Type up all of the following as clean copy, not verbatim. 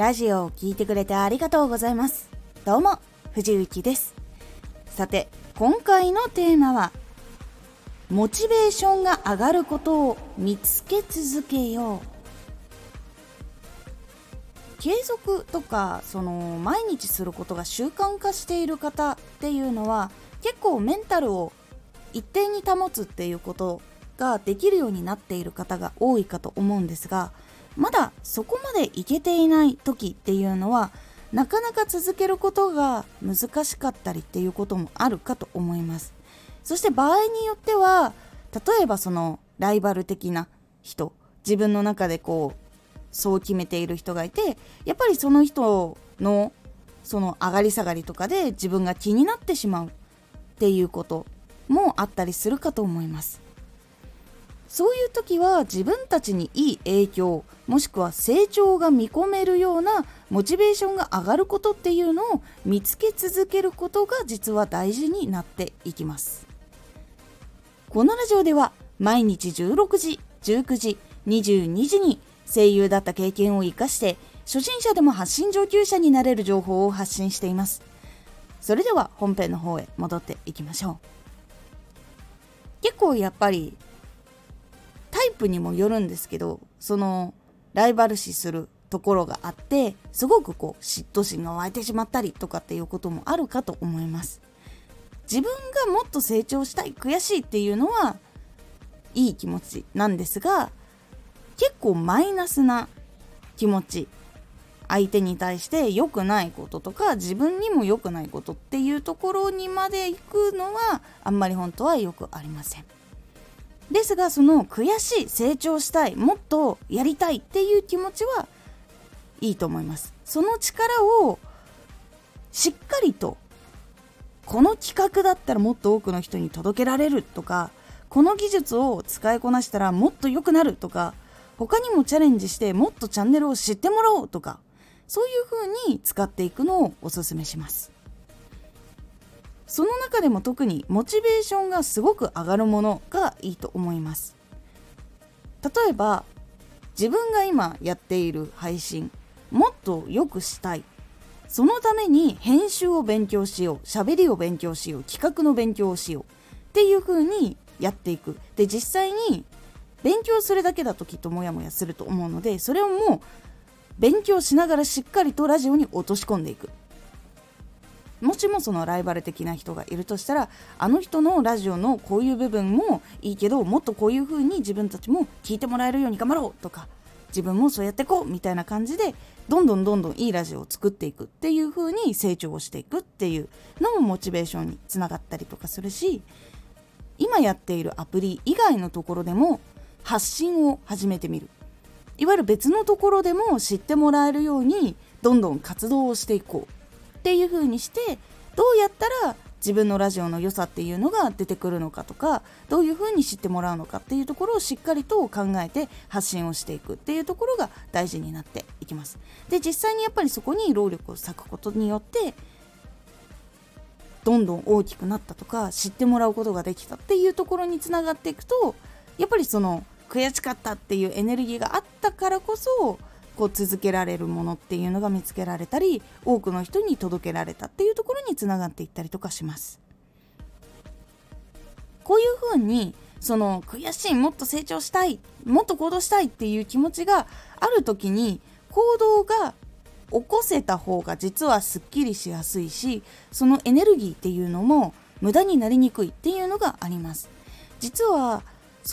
ラジオを聞いてくれてありがとうございます。どうも藤幸です。さて、今回のテーマはモチベーションが上がることを見つけ続けよう。継続とか毎日することが習慣化している方っていうのは結構メンタルを一定に保つっていうことができるようになっている方が多いかと思うんですが、まだそこまでいけていない時っていうのはなかなか続けることが難しかったりっていうこともあるかと思います。そして場合によっては、例えばライバル的な人、自分の中でそう決めている人がいて、やっぱりその人の上がり下がりとかで自分が気になってしまうっていうこともあったりするかと思います。そういう時は自分たちにいい影響、もしくは成長が見込めるようなモチベーションが上がることっていうのを見つけ続けることが実は大事になっていきます。このラジオでは毎日16時、19時、22時に声優だった経験を生かして初心者でも発信上級者になれる情報を発信しています。それでは本編の方へ戻っていきましょう。結構やっぱりタイプにもよるんですけど、ライバル視するところがあって、すごく嫉妬心が湧いてしまったりとかっていうこともあるかと思います。自分がもっと成長したい、悔しいっていうのはいい気持ちなんですが、結構マイナスな気持ち、相手に対して良くないこととか自分にも良くないことっていうところにまで行くのはあんまり本当はよくありません。ですが、悔しい、成長したい、もっとやりたいっていう気持ちはいいと思います。その力をしっかりと、この企画だったらもっと多くの人に届けられるとか、この技術を使いこなしたらもっと良くなるとか、他にもチャレンジしてもっとチャンネルを知ってもらおうとか、そういう風に使っていくのをおすすめします。その中でも特にモチベーションがすごく上がるものがいいと思います。例えば自分が今やっている配信、もっと良くしたい、そのために編集を勉強しよう、喋りを勉強しよう、企画の勉強をしようっていう風にやっていく。で、実際に勉強するだけだときっとモヤモヤすると思うので、それをもう勉強しながらしっかりとラジオに落とし込んでいく。もしもライバル的な人がいるとしたら、あの人のラジオのこういう部分もいいけど、もっとこういう風に自分たちも聞いてもらえるように頑張ろうとか、自分もそうやってこうみたいな感じでどんどんいいラジオを作っていくっていう風に成長をしていくっていうのもモチベーションにつながったりとかするし、今やっているアプリ以外のところでも発信を始めてみる、いわゆる別のところでも知ってもらえるようにどんどん活動をしていこうっていう風にして、どうやったら自分のラジオの良さっていうのが出てくるのかとか、どういう風に知ってもらうのかっていうところをしっかりと考えて発信をしていくっていうところが大事になっていきます。で、実際にやっぱりそこに労力を割くことによってどんどん大きくなったとか、知ってもらうことができたっていうところにつながっていくと、やっぱり悔しかったっていうエネルギーがあったからこそ続けられるものっていうのが見つけられたり、多くの人に届けられたっていうところにつながっていったりとかします。こういうふうに悔しい、もっと成長したい、もっと行動したいっていう気持ちがある時に行動が起こせた方が実はすっきりしやすいし、そのエネルギーっていうのも無駄になりにくいっていうのがあります。実は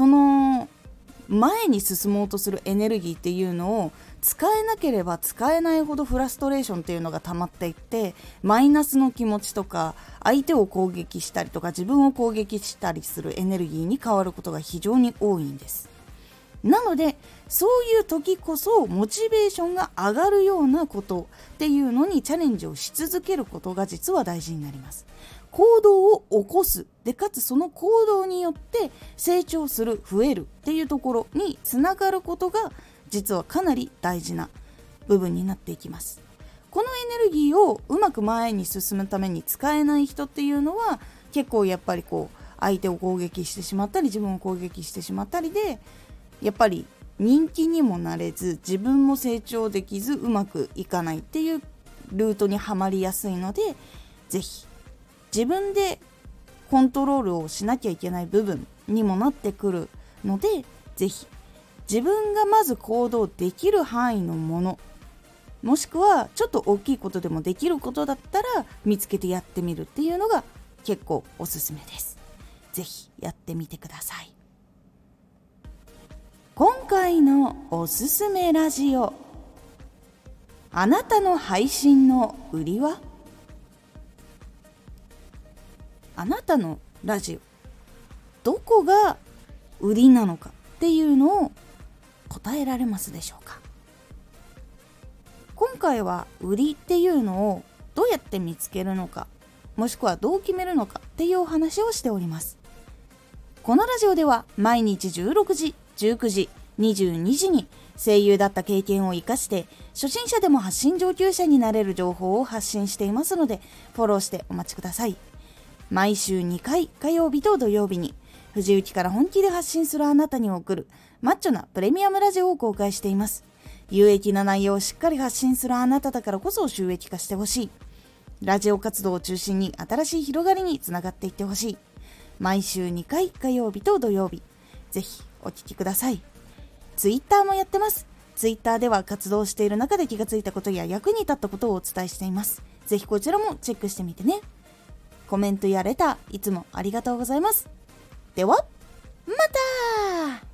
前に進もうとするエネルギーっていうのを使えなければ使えないほどフラストレーションっていうのが溜まっていって、マイナスの気持ちとか相手を攻撃したりとか自分を攻撃したりするエネルギーに変わることが非常に多いんです。なのでそういう時こそモチベーションが上がるようなことっていうのにチャレンジをし続けることが実は大事になります。行動を起こす、でかつその行動によって成長する、増えるっていうところにつながることが実はかなり大事な部分になっていきます。このエネルギーをうまく前に進むために使えない人っていうのは結構やっぱり相手を攻撃してしまったり自分を攻撃してしまったりで、やっぱり人気にもなれず自分も成長できずうまくいかないっていうルートにはまりやすいので、ぜひ自分でコントロールをしなきゃいけない部分にもなってくるので、ぜひ自分がまず行動できる範囲のもの、もしくはちょっと大きいことでもできることだったら見つけてやってみるっていうのが結構おすすめです。ぜひやってみてください。今回のおすすめラジオ、あなたの配信の売りは？あなたのラジオ、どこが売りなのかっていうのを答えられますでしょうか？今回は売りっていうのをどうやって見つけるのか、もしくはどう決めるのかっていうお話をしております。このラジオでは毎日16時、19時、22時に声優だった経験を生かして初心者でも発信上級者になれる情報を発信していますので、フォローしてお待ちください。毎週2回、火曜日と土曜日に藤雪から本気で発信するあなたに送るマッチョなプレミアムラジオを公開しています。有益な内容をしっかり発信するあなただからこそ収益化してほしい。ラジオ活動を中心に新しい広がりにつながっていってほしい。毎週2回、火曜日と土曜日、ぜひお聞きください。ツイッターもやってます。ツイッターでは活動している中で気がついたことや役に立ったことをお伝えしています。ぜひこちらもチェックしてみてね。コメントやレターいつもありがとうございます。ではまた。